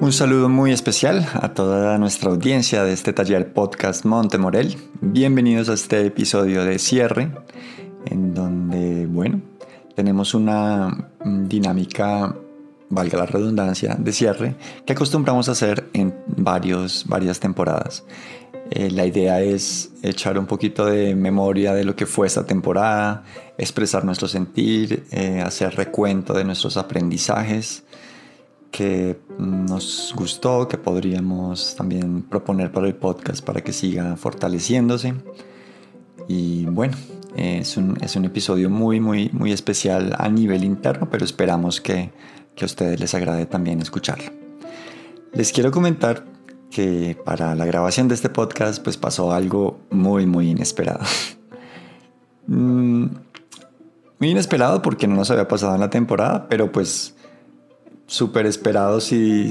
Un saludo muy especial a toda nuestra audiencia de este taller podcast Montemorel. Bienvenidos a este episodio de cierre, en donde, tenemos una dinámica, valga la redundancia, de cierre que acostumbramos a hacer en varias temporadas. La idea es echar un poquito de memoria de lo que fue esta temporada, expresar nuestro sentir, hacer recuento de nuestros aprendizajes que nos gustó, que podríamos también proponer para el podcast para que siga fortaleciéndose. Y es un episodio muy especial a nivel interno, pero esperamos que a ustedes les agrade también escucharlo. Les quiero comentar que para la grabación de este podcast pues pasó algo muy inesperado. Muy inesperado porque no nos había pasado en la temporada, pero pues súper esperado si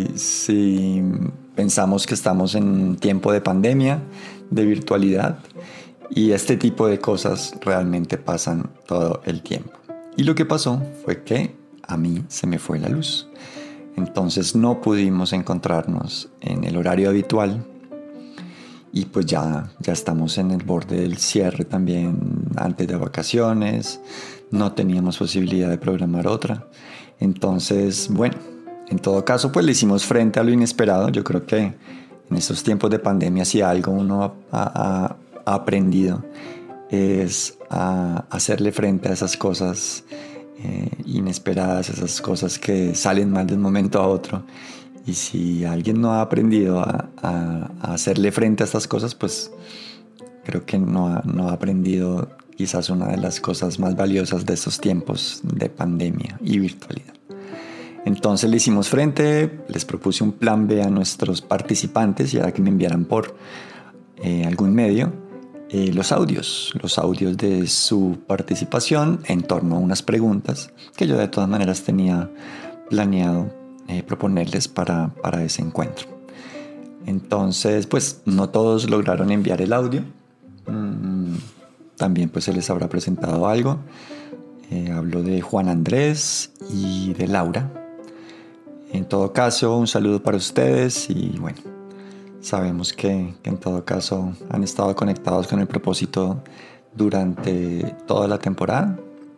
pensamos que estamos en un tiempo de pandemia, de virtualidad, y este tipo de cosas realmente pasan todo el tiempo. Y lo que pasó fue que a mí se me fue la luz. Entonces no pudimos encontrarnos en el horario habitual y pues ya estamos en el borde del cierre también, antes de vacaciones, no teníamos posibilidad de programar otra. Entonces, en todo caso pues le hicimos frente a lo inesperado. Yo creo que en estos tiempos de pandemia si algo uno ha aprendido es a hacerle frente a esas cosas inesperadas, esas cosas que salen mal de un momento a otro. Y si alguien no ha aprendido a hacerle frente a estas cosas, pues creo que no ha aprendido quizás una de las cosas más valiosas de estos tiempos de pandemia y virtualidad. Entonces le hicimos frente, les propuse un plan B a nuestros participantes y era que me enviaran por algún medio los audios de su participación en torno a unas preguntas que yo de todas maneras tenía planeado proponerles para ese encuentro. Entonces, pues no todos lograron enviar el audio. También pues se les habrá presentado algo. Hablo de Juan Andrés y de Laura. En todo caso, un saludo para ustedes y sabemos que en todo caso han estado conectados con el propósito durante toda la temporada.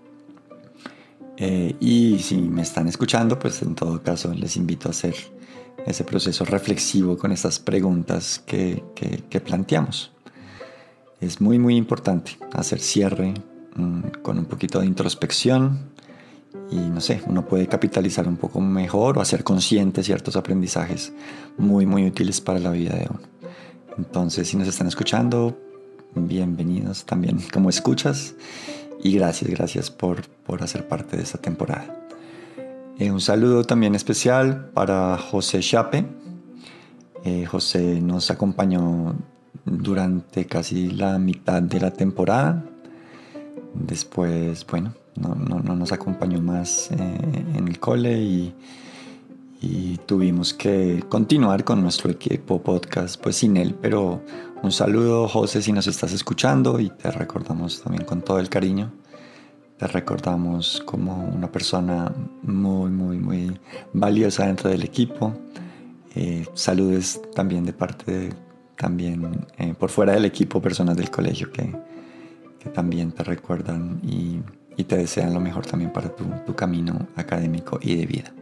Y si me están escuchando, pues en todo caso les invito a hacer ese proceso reflexivo con estas preguntas que planteamos. Es muy importante hacer cierre con un poquito de introspección y uno puede capitalizar un poco mejor o hacer conscientes ciertos aprendizajes muy útiles para la vida de uno. Entonces, si nos están escuchando, bienvenidos también como escuchas y gracias por hacer parte de esta temporada. Un saludo también especial para José Chape. José nos acompañó durante casi la mitad de la temporada. Después, no nos acompañó más en el cole y tuvimos que continuar con nuestro equipo podcast pues sin él, pero un saludo, José, si nos estás escuchando, y te recordamos también con todo el cariño. Te recordamos como una persona muy valiosa dentro del equipo. Saludes también de parte por fuera del equipo, personas del colegio que también te recuerdan y te desean lo mejor también para tu camino académico y de vida.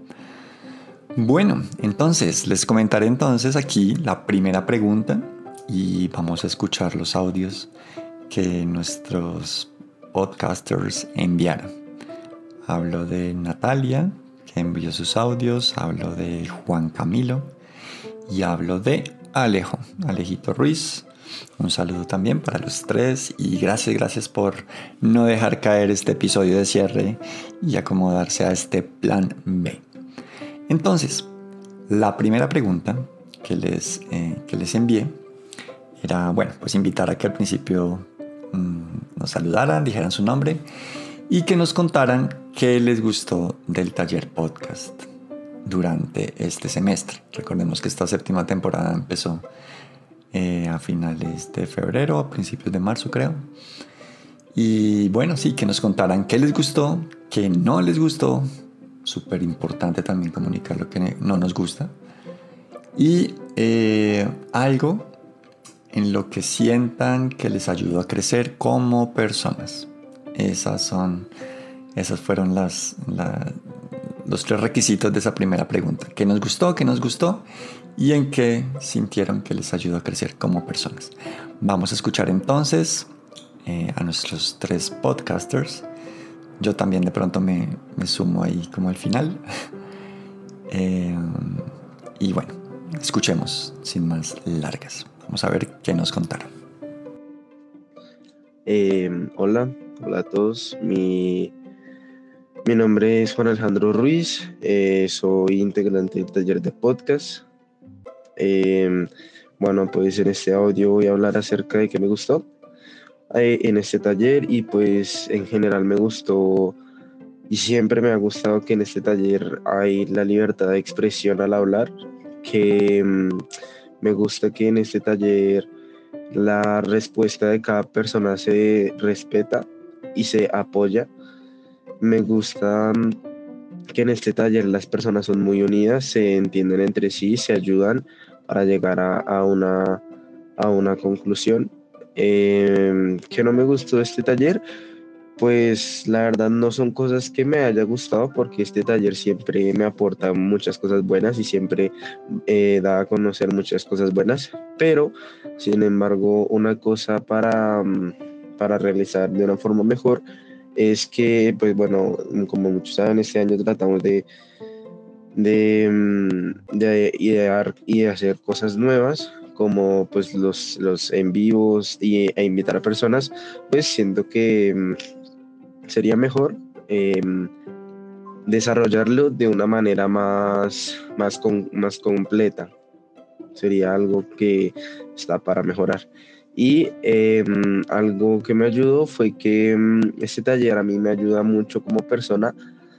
Entonces les comentaré aquí la primera pregunta y vamos a escuchar los audios que nuestros podcasters enviaron. Hablo de Natalia, que envió sus audios, hablo de Juan Camilo y hablo de Alejito Ruiz. Un saludo también para los tres y gracias por no dejar caer este episodio de cierre y acomodarse a este plan B. Entonces, la primera pregunta que les envié era, invitar a que al principio nos saludaran, dijeran su nombre y que nos contaran qué les gustó del taller podcast durante este semestre. Recordemos que esta séptima temporada empezó a finales de febrero, a principios de marzo creo. Y que nos contaran qué les gustó, qué no les gustó. Súper importante también comunicar lo que no nos gusta. Y algo en lo que sientan que les ayudó a crecer como personas. Esas fueron los 3 requisitos de esa primera pregunta. ¿Qué nos gustó? ¿Qué nos gustó? ¿Y en qué sintieron que les ayudó a crecer como personas? Vamos a escuchar entonces a nuestros 3 podcasters. Yo también de pronto me sumo ahí como al final. Y bueno, escuchemos sin más largas. Vamos a ver qué nos contaron. Hola a todos. Mi nombre es Juan Alejandro Ruiz. Soy integrante del taller de podcast. Bueno, pues en este audio voy a hablar acerca de qué me gustó en este taller, y pues en general me gustó y siempre me ha gustado que en este taller hay la libertad de expresión al hablar, que me gusta que en este taller la respuesta de cada persona se respeta y se apoya. Me gusta que en este taller las personas son muy unidas, se entienden entre sí, se ayudan para llegar a una conclusión. ¿Qué no me gustó de este taller? Pues la verdad no son cosas que me haya gustado, porque este taller siempre me aporta muchas cosas buenas y siempre da a conocer muchas cosas buenas, pero sin embargo una cosa para realizar de una forma mejor es que, pues bueno, como muchos saben, este año tratamos de idear y de hacer cosas nuevas, como pues los en vivos e invitar a personas. Pues siento que sería mejor desarrollarlo de una manera más completa. Sería algo que está para mejorar. Y algo que me ayudó fue que este taller a mí me ayuda mucho como persona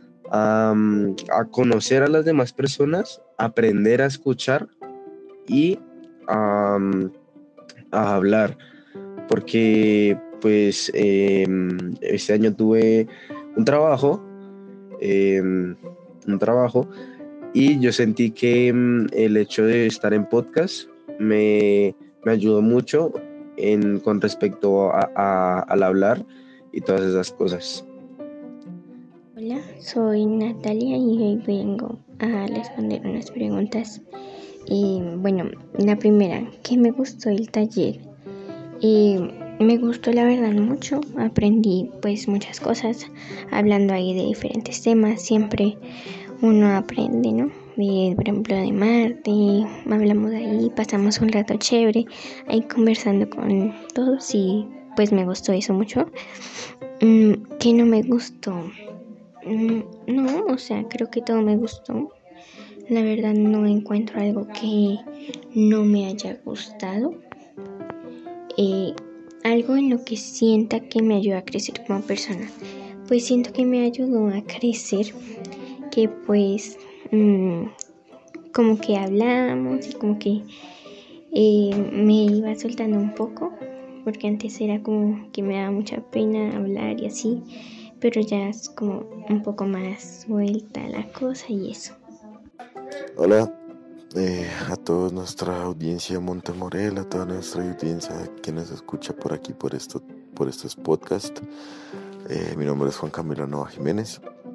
a conocer a las demás personas, aprender a escuchar y a, a hablar, porque pues este año tuve un trabajo, eh, un trabajo y yo sentí que el hecho de estar en podcast me ayudó mucho con respecto al hablar y todas esas cosas. Hola, soy Natalia y hoy vengo a responder unas preguntas. Bueno, la primera, ¿qué me gustó del taller? Me gustó la verdad mucho, aprendí pues muchas cosas, hablando ahí de diferentes temas, siempre uno aprende, ¿no? Por ejemplo, de Marte, hablamos ahí, pasamos un rato chévere, ahí conversando con todos y pues me gustó eso mucho. ¿Qué no me gustó? No, o sea, creo que todo me gustó. La verdad no encuentro algo que no me haya gustado. Algo en lo que sienta que me ayuda a crecer como persona. Pues siento que me ayudó a crecer, que pues como que hablábamos y como que me iba soltando un poco, porque antes era como que me daba mucha pena hablar y así, pero ya es como un poco más suelta la cosa y eso. Hola a toda nuestra audiencia de Montemorel, a toda nuestra audiencia que nos escucha por aquí, por estos podcasts. Mi nombre es Juan Camilo Nova Jiménez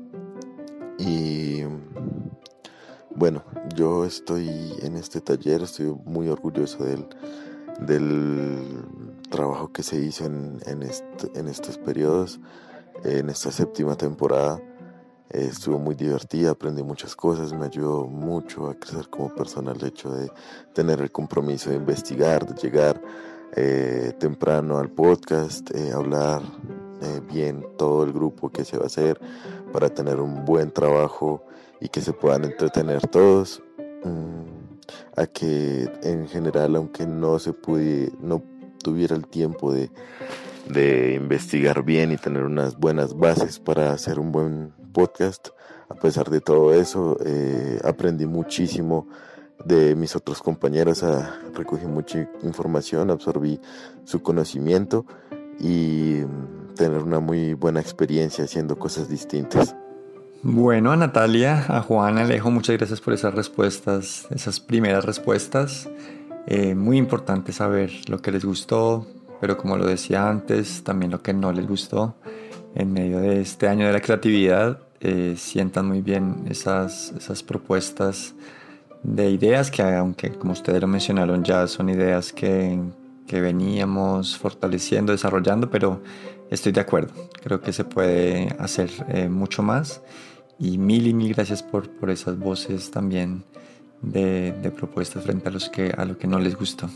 y bueno, yo estoy en este taller, estoy muy orgulloso del trabajo que se hizo en estos periodos, en esta 7ª temporada. Estuvo muy divertida, aprendí muchas cosas, me ayudó mucho a crecer como persona el hecho de tener el compromiso de investigar, de llegar temprano al podcast, hablar bien todo el grupo que se va a hacer para tener un buen trabajo y que se puedan entretener todos. A que en general, aunque no tuviera el tiempo de investigar bien y tener unas buenas bases para hacer un buen podcast, a pesar de todo eso, aprendí muchísimo de mis otros compañeros, recogí mucha información, absorbí su conocimiento y tener una muy buena experiencia haciendo cosas distintas. Bueno, a Natalia, a Juan, a Alejo, muchas gracias por esas respuestas, esas primeras respuestas. Muy importante saber lo que les gustó, pero como lo decía antes, también lo que no les gustó. En medio de este año de la creatividad, sientan muy bien esas propuestas de ideas que, aunque como ustedes lo mencionaron, ya son ideas que veníamos fortaleciendo, desarrollando, pero estoy de acuerdo. Creo que se puede hacer mucho más. Y mil gracias por esas voces también de propuestas frente a lo que no les gustó.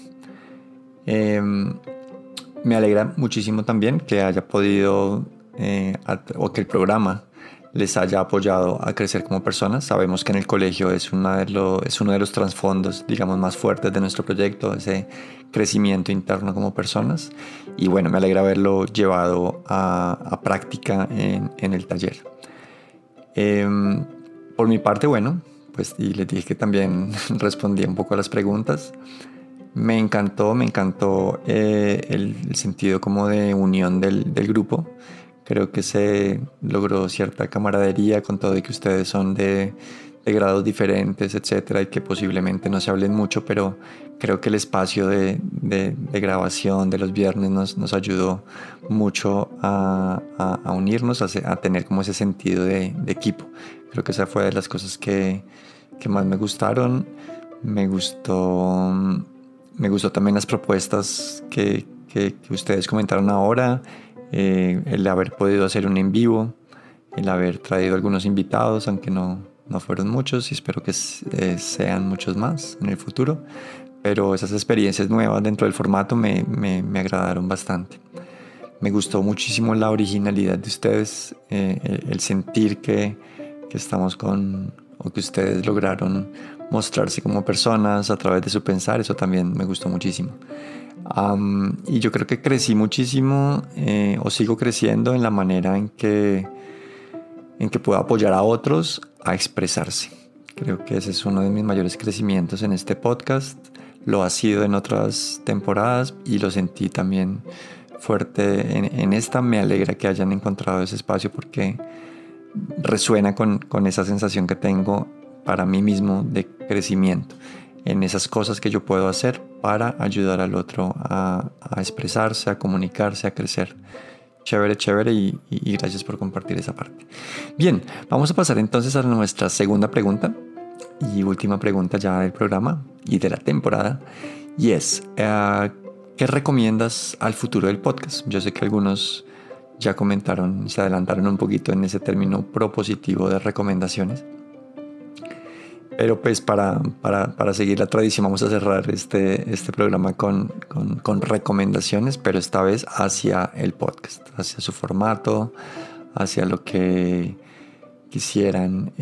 Me alegra muchísimo también que haya podido o que el programa les haya apoyado a crecer como personas. Sabemos que en el colegio es uno de los trasfondos, digamos, más fuertes de nuestro proyecto, ese crecimiento interno como personas. Y bueno, me alegra haberlo llevado a práctica en el taller. Por mi parte, bueno, pues y les dije que también respondía un poco a las preguntas. Me encantó el sentido como de unión del grupo. Creo que se logró cierta camaradería con todo y que ustedes son de grados diferentes, etcétera, y que posiblemente no se hablen mucho, pero creo que el espacio de grabación de los viernes nos ayudó mucho a unirnos, a tener como ese sentido de equipo. Creo que esa fue de las cosas que más me gustaron. Me gustó también las propuestas que ustedes comentaron ahora, el haber podido hacer un en vivo, el haber traído algunos invitados, aunque no fueron muchos, y espero que sean muchos más en el futuro. Pero esas experiencias nuevas dentro del formato me agradaron bastante. Me gustó muchísimo la originalidad de ustedes, el sentir que estamos o que ustedes lograron mostrarse como personas a través de su pensar. Eso también me gustó muchísimo. Y yo creo que crecí muchísimo, o sigo creciendo en la manera en que puedo apoyar a otros a expresarse. Creo que ese es uno de mis mayores crecimientos en este podcast. Lo ha sido en otras temporadas y lo sentí también fuerte en esta. Me alegra que hayan encontrado ese espacio porque resuena con esa sensación que tengo para mí mismo de crecimiento en esas cosas que yo puedo hacer para ayudar al otro a expresarse, a comunicarse, a crecer. Chévere y gracias por compartir esa parte. Bien, vamos a pasar entonces a nuestra segunda pregunta y última pregunta ya del programa y de la temporada, y es ¿qué recomiendas al futuro del podcast? Yo sé que algunos ya comentaron, se adelantaron un poquito en ese término propositivo de recomendaciones. Pero pues para seguir la tradición vamos a cerrar este programa con recomendaciones, pero esta vez hacia el podcast, hacia su formato, hacia lo que quisieran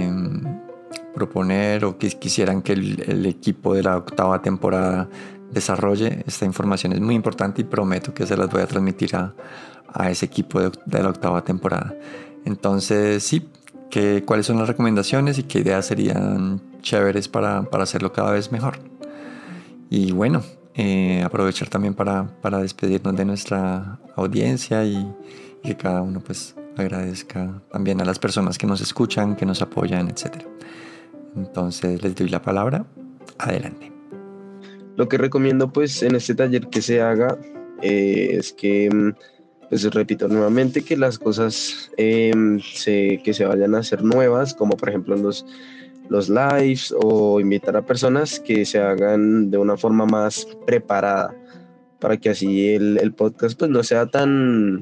proponer o que quisieran que el equipo de la 8ª temporada desarrolle. Esta información es muy importante y prometo que se las voy a transmitir a ese equipo de la 8ª temporada. Entonces sí, cuáles son las recomendaciones y qué ideas serían chéveres para hacerlo cada vez mejor. Y bueno, aprovechar también para despedirnos de nuestra audiencia y que cada uno pues agradezca también a las personas que nos escuchan, que nos apoyan, etc. Entonces les doy la palabra. Adelante. Lo que recomiendo pues en este taller que se haga es que, pues repito nuevamente, que las cosas que se vayan a hacer nuevas, como por ejemplo los lives o invitar a personas que se hagan de una forma más preparada, para que así el podcast pues no sea tan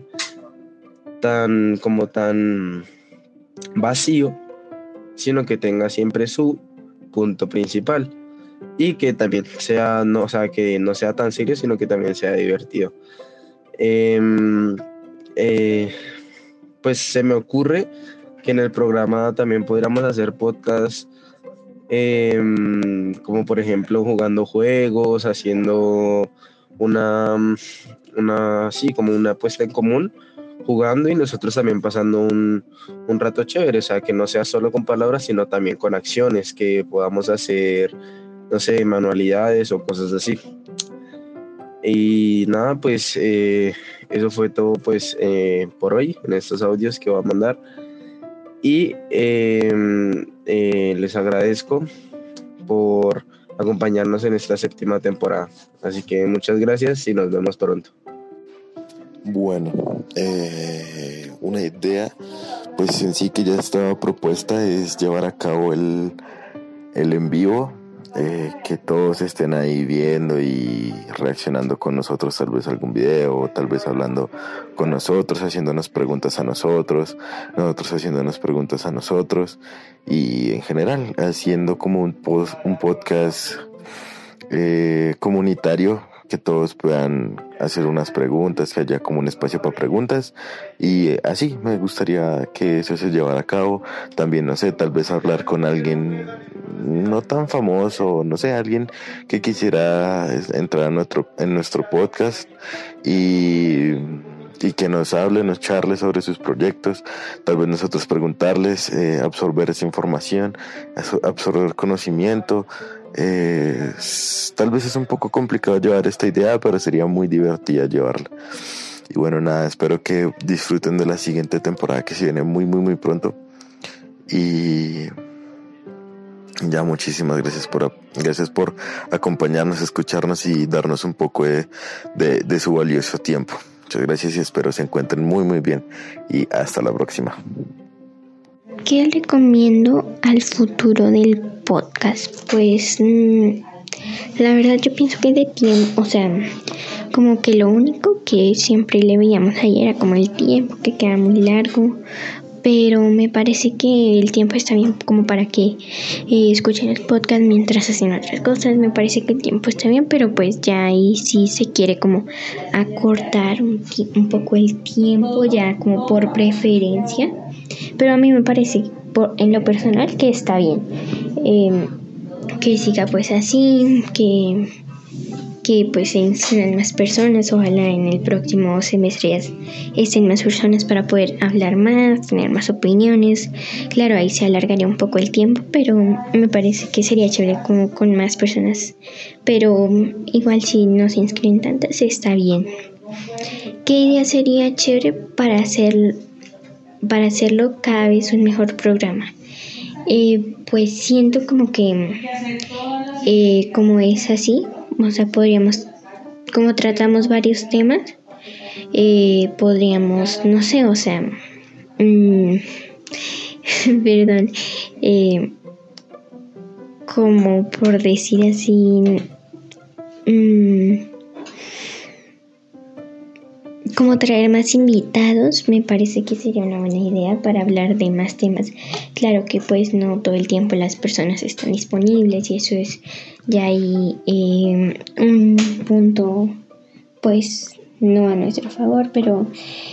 vacío, sino que tenga siempre su punto principal y que también sea, que no sea tan serio, sino que también sea divertido. Pues se me ocurre que en el programa también podríamos hacer podcasts como por ejemplo jugando juegos, haciendo como una apuesta en común, jugando y nosotros también pasando un rato chévere, o sea, que no sea solo con palabras, sino también con acciones, que podamos hacer, no sé, manualidades o cosas así. Y nada, pues eso fue todo pues por hoy en estos audios que voy a mandar. y les agradezco por acompañarnos en esta 7ª temporada. Así que muchas gracias y nos vemos pronto. Bueno, una idea pues en sí que ya estaba propuesta es llevar a cabo el en vivo, que todos estén ahí viendo y reaccionando con nosotros, tal vez algún video, o tal vez hablando con nosotros, haciéndonos preguntas a nosotros haciéndonos preguntas a nosotros, y en general haciendo como un podcast comunitario, que todos puedan hacer unas preguntas, que haya como un espacio para preguntas, y así me gustaría que eso se llevara a cabo. También, no sé, tal vez hablar con alguien no tan famoso, no sé, alguien que quisiera entrar en nuestro podcast y que nos hable, nos charle sobre sus proyectos, tal vez nosotros preguntarles, absorber esa información, absorber conocimiento. Tal vez es un poco complicado llevar esta idea, pero sería muy divertida llevarla. Y bueno, nada, espero que disfruten de la siguiente temporada, que se viene muy, muy, muy pronto. Y ya, muchísimas gracias por acompañarnos, escucharnos y darnos un poco de su valioso tiempo. Muchas gracias y espero se encuentren muy, muy bien. Y hasta la próxima. ¿Qué recomiendo al futuro del podcast? Pues la verdad yo pienso que de tiempo, o sea, como que lo único que siempre le veíamos ahí era como el tiempo, que queda muy largo, pero me parece que el tiempo está bien como para que escuchen el podcast mientras hacen otras cosas. Me parece que el tiempo está bien, pero pues ya ahí sí se quiere como acortar un poco el tiempo, ya como por preferencia. Pero a mí me parece, en lo personal, que está bien. Que siga pues así, que pues se inscriban más personas. Ojalá en el próximo semestre estén más personas para poder hablar más, tener más opiniones. Claro, ahí se alargaría un poco el tiempo, pero me parece que sería chévere como con más personas. Pero igual si no se inscriben tantas, está bien. ¿Qué idea sería chévere para hacerlo cada vez un mejor programa? Pues siento como que como es así, o sea, podríamos, como tratamos varios temas, podríamos, no sé, o sea, perdón, como por decir así, como traer más invitados. Me parece que sería una buena idea para hablar de más temas. Claro que pues no todo el tiempo las personas están disponibles y eso es ya ahí un punto pues no a nuestro favor, pero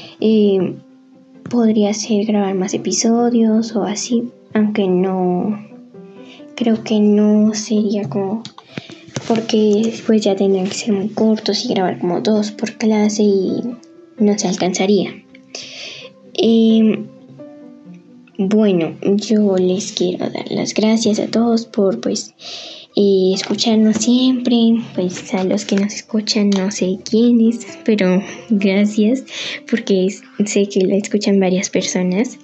podría ser grabar más episodios o así, aunque no, creo que no sería como, porque después ya tendrían que ser muy cortos y grabar como 2 por clase y no se alcanzaría. Bueno, yo les quiero dar las gracias a todos por pues escucharnos siempre. Pues a los que nos escuchan no sé quiénes, pero gracias porque sé que lo escuchan varias personas.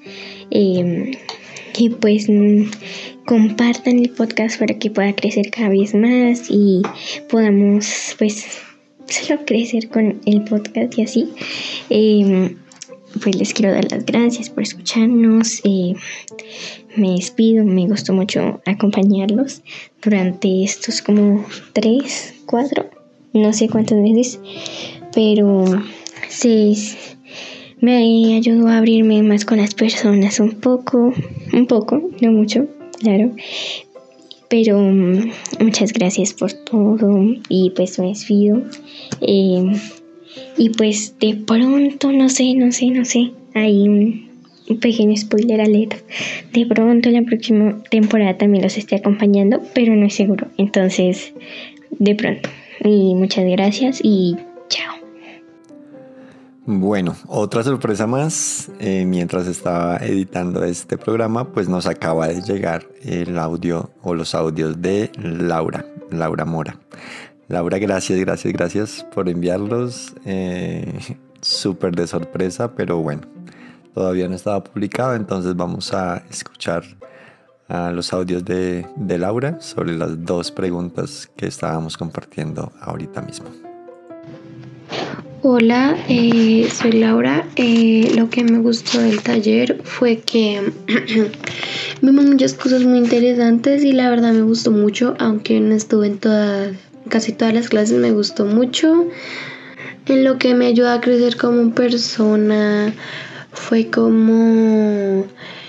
Y pues compartan el podcast para que pueda crecer cada vez más y podamos pues solo crecer con el podcast y así. Pues les quiero dar las gracias por escucharnos. Me despido, me gustó mucho acompañarlos durante estos como 3, 4, no sé cuántas veces, pero me ayudó a abrirme más con las personas un poco, no mucho, claro. Pero muchas gracias por todo y pues me despido. Y pues de pronto, no sé, hay un pequeño spoiler alert. De pronto en la próxima temporada también los esté acompañando, pero no es seguro. Entonces, de pronto. Y muchas gracias y chao. Bueno, otra sorpresa más. Mientras estaba editando este programa, pues nos acaba de llegar el audio o los audios de Laura Mora. Laura, gracias por enviarlos. Súper de sorpresa, pero bueno, todavía no estaba publicado, entonces vamos a escuchar los audios de Laura sobre las 2 preguntas que estábamos compartiendo ahorita mismo. Hola, soy Laura. Lo que me gustó del taller fue que vimos muchas cosas muy interesantes y la verdad me gustó mucho, aunque no estuve en casi todas las clases, me gustó mucho. En lo que me ayudó a crecer como persona fue como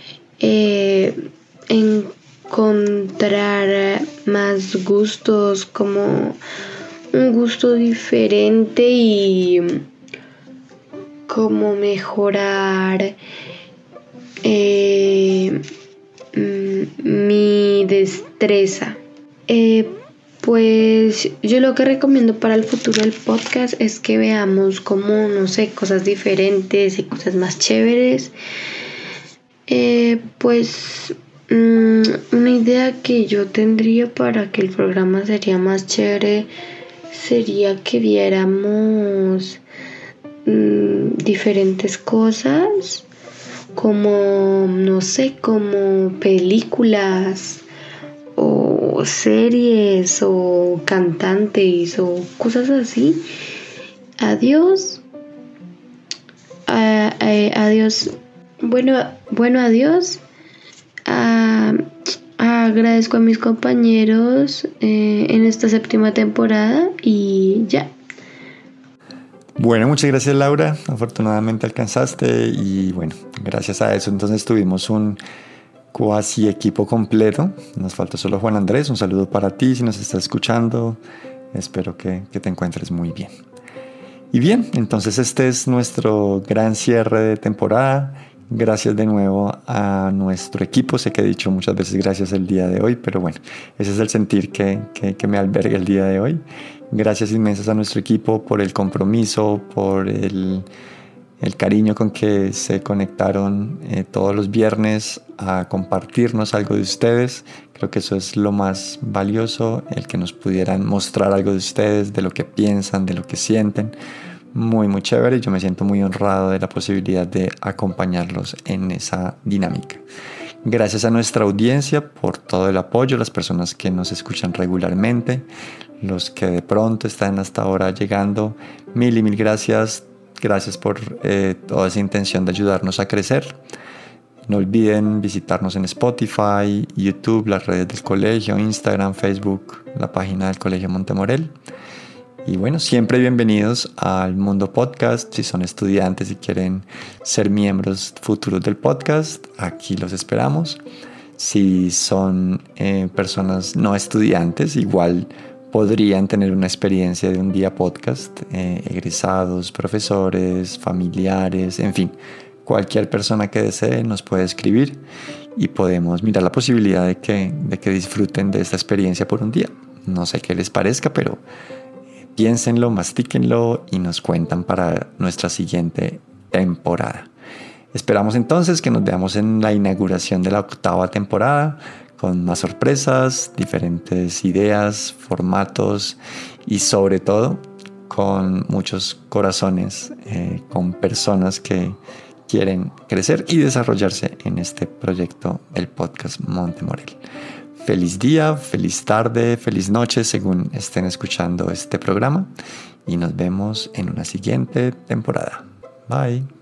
encontrar más gustos, como un gusto diferente y como mejorar mi destreza. Pues yo lo que recomiendo para el futuro del podcast es que veamos como, no sé, cosas diferentes y cosas más chéveres. Pues una idea que yo tendría para que el programa sería más chévere sería que viéramos diferentes cosas, como, no sé, como películas o series o cantantes o cosas así. Adiós. Adiós. Bueno, adiós. Agradezco a mis compañeros en esta 7ª temporada y ya. Bueno, muchas gracias Laura, afortunadamente alcanzaste y bueno, gracias a eso entonces tuvimos un cuasi equipo completo. Nos falta solo Juan Andrés, un saludo para ti si nos estás escuchando, espero que te encuentres muy bien. Y bien, entonces este es nuestro gran cierre de temporada. Gracias de nuevo a nuestro equipo. Sé que he dicho muchas veces gracias el día de hoy, pero bueno, ese es el sentir que me alberga el día de hoy. Gracias inmensas a nuestro equipo por el compromiso, por el cariño con que se conectaron todos los viernes a compartirnos algo de ustedes. Creo que eso es lo más valioso, el que nos pudieran mostrar algo de ustedes, de lo que piensan, de lo que sienten. Muy, muy chévere. Yo me siento muy honrado de la posibilidad de acompañarlos en esa dinámica. Gracias a nuestra audiencia por todo el apoyo, las personas que nos escuchan regularmente, los que de pronto están hasta ahora llegando. Mil y mil gracias. Gracias por toda esa intención de ayudarnos a crecer. No olviden visitarnos en Spotify, YouTube, las redes del colegio, Instagram, Facebook, la página del Colegio Montemorel. Y bueno, siempre bienvenidos al Mundo Podcast. Si son estudiantes y quieren ser miembros futuros del podcast, aquí los esperamos. Si son personas no estudiantes, igual podrían tener una experiencia de un día podcast. Egresados, profesores, familiares, en fin. Cualquier persona que desee nos puede escribir y podemos mirar la posibilidad de que disfruten de esta experiencia por un día. No sé qué les parezca, pero piénsenlo, mastíquenlo y nos cuentan para nuestra siguiente temporada. Esperamos entonces que nos veamos en la inauguración de la 8ª temporada con más sorpresas, diferentes ideas, formatos y sobre todo con muchos corazones, con personas que quieren crecer y desarrollarse en este proyecto del podcast Montemorel. Feliz día, feliz tarde, feliz noche según estén escuchando este programa y nos vemos en una siguiente temporada. Bye.